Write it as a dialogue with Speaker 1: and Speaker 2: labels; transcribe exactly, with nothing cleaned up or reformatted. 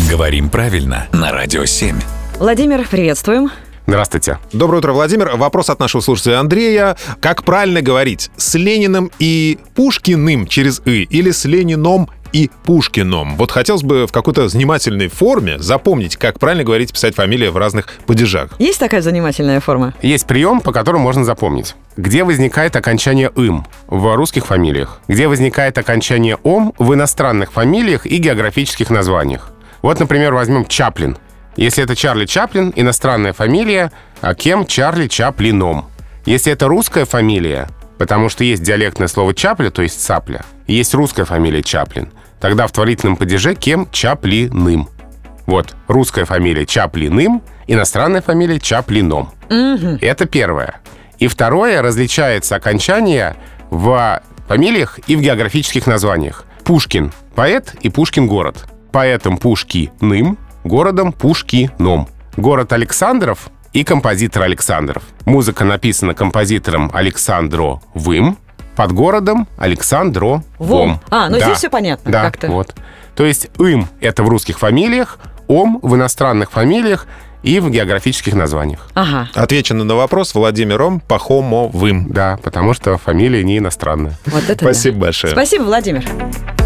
Speaker 1: Говорим правильно на Радио семь.
Speaker 2: Владимир, приветствуем.
Speaker 3: Здравствуйте.
Speaker 4: Доброе утро, Владимир. Вопрос от нашего слушателя Андрея. Как правильно говорить? С Лениным и Пушкиным через «и» или с Ленином и Пушкиным? Вот хотелось бы в какой-то занимательной форме запомнить, как правильно говорить, писать фамилии в разных падежах.
Speaker 2: Есть такая занимательная форма?
Speaker 3: Есть прием, по которому можно запомнить. Где возникает окончание «ым» в русских фамилиях? Где возникает окончание «ом» в иностранных фамилиях и географических названиях? Вот, например, возьмем Чаплин. Если это Чарли Чаплин, иностранная фамилия, а кем Чарли Чаплином. Если это русская фамилия, потому что есть диалектное слово «чапля», то есть «цапля», и есть русская фамилия Чаплин, тогда в творительном падеже кем Чаплиным. Вот, русская фамилия Чаплиным, иностранная фамилия Чаплином.
Speaker 2: Угу.
Speaker 3: Это первое. И второе, различается окончание в фамилиях и в географических названиях. Пушкин — поэт и Пушкин — город. Поэтом Пушкиным, городом Пушкином. Город Александров и композитор Александров. Музыка написана композитором Александровым, под городом Александровым.
Speaker 2: Вом. А, ну
Speaker 3: да.
Speaker 2: здесь все понятно.
Speaker 3: Да,
Speaker 2: как-то.
Speaker 3: вот. То есть «ым» — это в русских фамилиях, «ом» — в иностранных фамилиях и в географических названиях.
Speaker 2: Ага.
Speaker 4: Отвечено на вопрос Владимиром Пахомовым.
Speaker 3: Да, потому что фамилия не иностранная.
Speaker 2: Вот это
Speaker 4: Спасибо
Speaker 2: да.
Speaker 4: большое.
Speaker 2: Спасибо, Владимир.